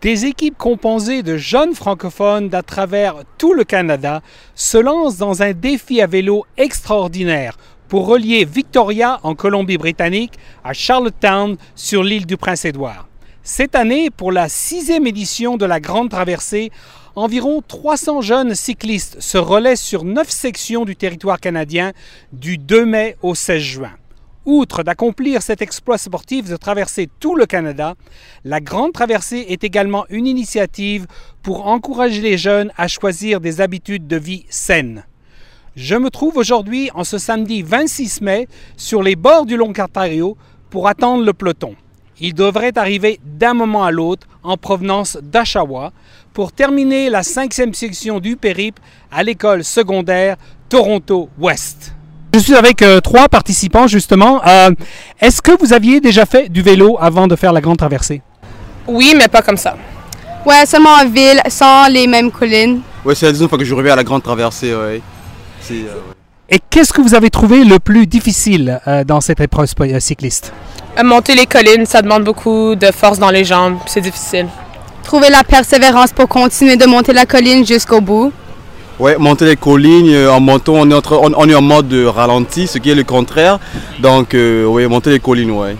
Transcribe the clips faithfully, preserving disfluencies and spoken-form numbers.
Des équipes composées de jeunes francophones d'à travers tout le Canada se lancent dans un défi à vélo extraordinaire pour relier Victoria en Colombie-Britannique à Charlottetown sur l'île du Prince-Édouard. Cette année, pour la sixième édition de la Grande Traversée, environ trois cents jeunes cyclistes se relaient sur neuf sections du territoire canadien du deux mai au seize juin. Outre d'accomplir cet exploit sportif de traverser tout le Canada, la Grande Traversée est également une initiative pour encourager les jeunes à choisir des habitudes de vie saines. Je me trouve aujourd'hui, en ce samedi vingt-six mai, sur les bords du Ontario pour attendre le peloton. Il devrait arriver d'un moment à l'autre en provenance d'Oshawa pour terminer la cinquième section du périple à l'école secondaire Toronto-Ouest. Je suis avec euh, trois participants justement. Euh, est-ce que vous aviez déjà fait du vélo avant de faire la Grande Traversée? Oui, mais pas comme ça. Ouais, seulement en ville, sans les mêmes collines. Ouais, c'est la deuxième fois que je reviens à la Grande Traversée, ouais. C'est, euh, ouais. Et qu'est-ce que vous avez trouvé le plus difficile euh, dans cette épreuve euh, cycliste? Euh, monter les collines, ça demande beaucoup de force dans les jambes, c'est difficile. Trouver la persévérance pour continuer de monter la colline jusqu'au bout. Ouais, monter les collines, euh, en montant, on est, entre, on, on est en mode de ralenti, ce qui est le contraire. Donc, euh, oui, monter les collines, ouais.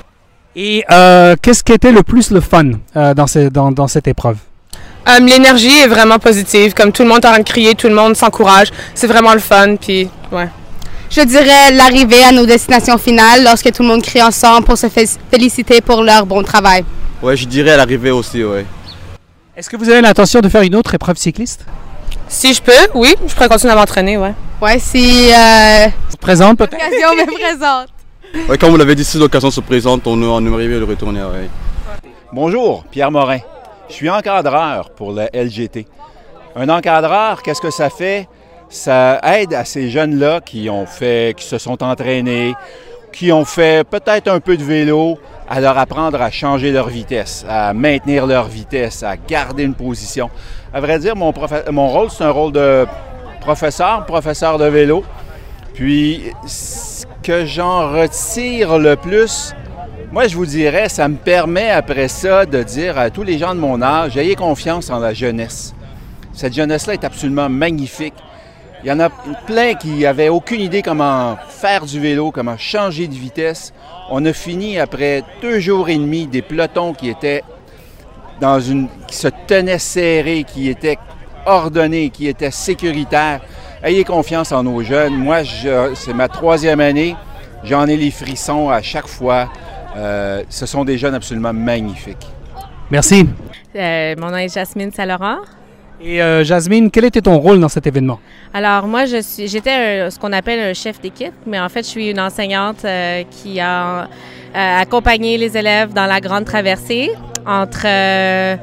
Et euh, qu'est-ce qui était le plus le fun euh, dans, ce, dans, dans cette épreuve? Euh, l'énergie est vraiment positive, comme tout le monde est en train de crier, tout le monde s'encourage, c'est vraiment le fun, puis ouais. Je dirais l'arrivée à nos destinations finales, lorsque tout le monde crie ensemble pour se féliciter pour leur bon travail. Ouais, je dirais à l'arrivée aussi, ouais. Est-ce que vous avez l'intention de faire une autre épreuve cycliste? Si je peux, oui, je pourrais continuer à m'entraîner, ouais. Ouais, si euh, Se présente peut-être? l'occasion me présente. Ouais, comme vous l'avez dit, si l'occasion se présente, on, on aimerait bien le retourner, ouais. Bonjour, Pierre Morin. Je suis encadreur pour le L G T. Un encadreur, qu'est-ce que ça fait? Ça aide à ces jeunes-là qui ont fait, qui se sont entraînés, qui ont fait peut-être un peu de vélo, à leur apprendre à changer leur vitesse, à maintenir leur vitesse, à garder une position. À vrai dire, mon, profe- mon rôle, c'est un rôle de professeur, professeur de vélo. Puis, ce que j'en retire le plus, moi, je vous dirais, ça me permet après ça de dire à tous les gens de mon âge, ayez confiance en la jeunesse. Cette jeunesse-là est absolument magnifique. Il y en a plein qui n'avaient aucune idée comment faire du vélo, comment changer de vitesse. On a fini après deux jours et demi des pelotons qui étaient dans une, qui se tenaient serrés, qui étaient ordonnés, qui étaient sécuritaires. Ayez confiance en nos jeunes. Moi, je, c'est ma troisième année. J'en ai les frissons à chaque fois. Euh, ce sont des jeunes absolument magnifiques. Merci. Euh, mon nom est Jasmine Saint-Laurent. Et euh, Jasmine, quel était ton rôle dans cet événement? Alors moi, je suis, j'étais un, ce qu'on appelle un chef d'équipe, mais en fait, je suis une enseignante euh, qui a euh, accompagné les élèves dans la Grande Traversée entre, euh,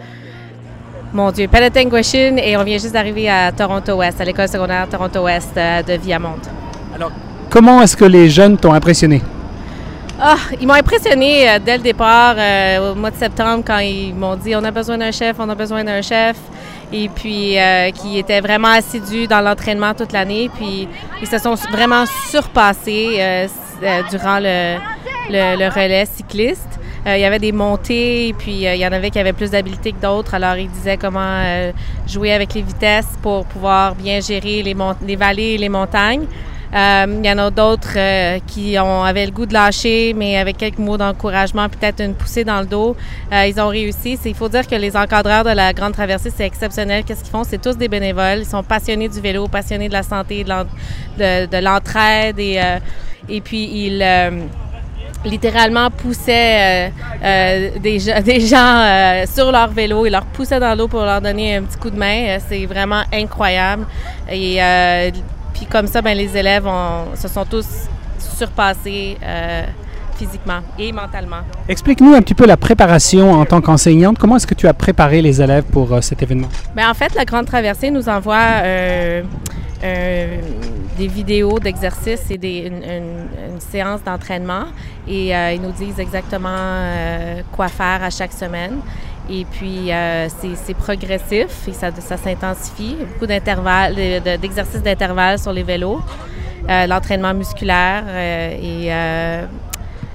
mon Dieu, Peloton et on vient juste d'arriver à Toronto-Ouest, à l'école secondaire Toronto-Ouest euh, de Viamonde. Alors, comment est-ce que les jeunes t'ont impressionné? Ah, ils m'ont impressionné euh, dès le départ, euh, au mois de septembre, quand ils m'ont dit « on a besoin d'un chef, on a besoin d'un chef ». Et puis, euh, qui étaient vraiment assidus dans l'entraînement toute l'année. Puis, ils se sont vraiment surpassés euh, euh, durant le, le, le relais cycliste. Euh, il y avait des montées, puis euh, il y en avait qui avaient plus d'habileté que d'autres. Alors, ils disaient comment euh, jouer avec les vitesses pour pouvoir bien gérer les, mont- les vallées et les montagnes. Euh, il y en a d'autres euh, qui ont, avaient le goût de lâcher, mais avec quelques mots d'encouragement, peut-être une poussée dans le dos, euh, ils ont réussi. C'est, il faut dire que les encadreurs de la Grande Traversée, c'est exceptionnel. Qu'est-ce qu'ils font? C'est tous des bénévoles. Ils sont passionnés du vélo, passionnés de la santé, de, l'en, de, de l'entraide. Et, euh, et puis, ils euh, littéralement poussaient euh, euh, des, des gens euh, sur leur vélo. Ils leur poussaient dans l'eau pour leur donner un petit coup de main. C'est vraiment incroyable. Et euh, Puis comme ça, ben, les élèves ont, se sont tous surpassés euh, physiquement et mentalement. Explique-nous un petit peu la préparation en tant qu'enseignante. Comment est-ce que tu as préparé les élèves pour euh, cet événement? Bien, en fait, la Grande Traversée nous envoie euh, euh, des vidéos d'exercices et des, une, une, une séance d'entraînement et euh, ils nous disent exactement euh, quoi faire à chaque semaine. Et puis, euh, c'est, c'est progressif et ça, ça s'intensifie. Beaucoup d'intervalles, de, d'exercices d'intervalles sur les vélos, euh, l'entraînement musculaire euh, et, euh,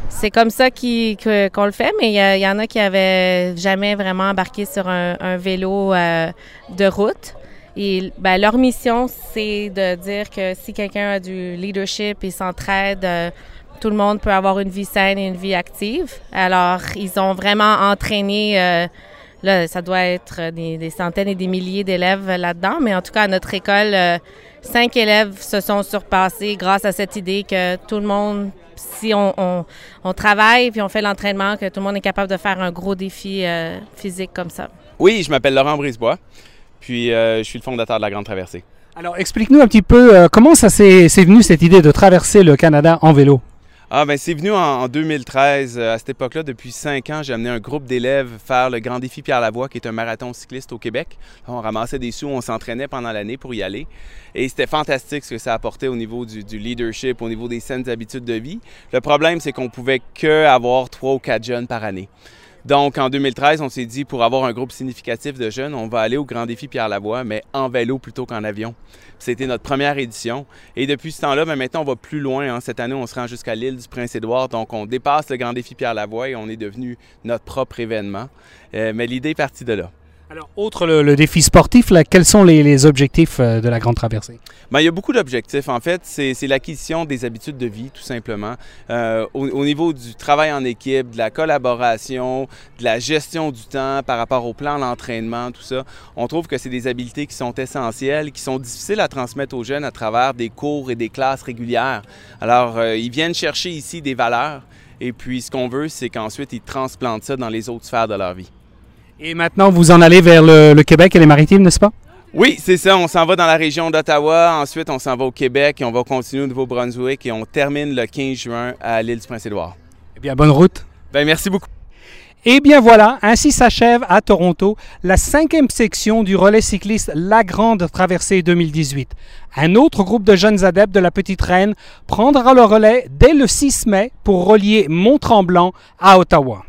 c'est comme ça qui, que, qu'on le fait, mais il y, y en a qui n'avaient jamais vraiment embarqué sur un, un vélo euh, de route. Et ben, leur mission, c'est de dire que si quelqu'un a du leadership et s'entraide, euh, tout le monde peut avoir une vie saine et une vie active. Alors, ils ont vraiment entraîné, euh, là, ça doit être des, des centaines et des milliers d'élèves là-dedans, mais en tout cas, à notre école, euh, cinq élèves se sont surpassés grâce à cette idée que tout le monde, si on, on, on travaille puis on fait l'entraînement, que tout le monde est capable de faire un gros défi euh, physique comme ça. Oui, je m'appelle Laurent Brisebois, puis euh, je suis le fondateur de la Grande Traversée. Alors, explique-nous un petit peu euh, comment ça s'est, c'est venu cette idée de traverser le Canada en vélo. Ah ben c'est venu en, en deux mille treize. À cette époque-là, depuis cinq ans, j'ai amené un groupe d'élèves faire le Grand Défi Pierre-Lavoie, qui est un marathon cycliste au Québec. On ramassait des sous, on s'entraînait pendant l'année pour y aller. Et c'était fantastique ce que ça apportait au niveau du, du leadership, au niveau des saines habitudes de vie. Le problème, c'est qu'on pouvait que avoir trois ou quatre jeunes par année. Donc, en deux mille treize, on s'est dit, pour avoir un groupe significatif de jeunes, on va aller au Grand Défi Pierre-Lavoie, mais en vélo plutôt qu'en avion. C'était notre première édition. Et depuis ce temps-là, ben maintenant, on va plus loin. Hein. Cette année, on se rend jusqu'à l'île du Prince-Édouard. Donc, on dépasse le Grand Défi Pierre-Lavoie et on est devenu notre propre événement. Euh, mais l'idée est partie de là. Alors, outre le, le défi sportif, là, quels sont les, les objectifs euh, de la Grande Traversée? Bien, il y a beaucoup d'objectifs. En fait, c'est, c'est l'acquisition des habitudes de vie, tout simplement. Euh, au, au niveau du travail en équipe, de la collaboration, de la gestion du temps par rapport au plan d'entraînement, tout ça, on trouve que c'est des habiletés qui sont essentielles, qui sont difficiles à transmettre aux jeunes à travers des cours et des classes régulières. Alors, euh, ils viennent chercher ici des valeurs et puis ce qu'on veut, c'est qu'ensuite, ils transplantent ça dans les autres sphères de leur vie. Et maintenant, vous en allez vers le, le Québec et les Maritimes, n'est-ce pas? Oui, c'est ça. On s'en va dans la région d'Ottawa. Ensuite, on s'en va au Québec et on va continuer au Nouveau-Brunswick et on termine le quinze juin à l'île du Prince-Édouard. Eh bien, bonne route. Bien, merci beaucoup. Eh bien voilà, ainsi s'achève à Toronto la cinquième section du relais cycliste La Grande Traversée deux mille dix-huit. Un autre groupe de jeunes adeptes de la Petite Reine prendra le relais dès le six mai pour relier Mont-Tremblant à Ottawa.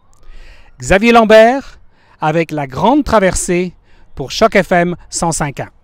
Xavier Lambert avec La Grande Traversée pour Choc F M cent cinq point un.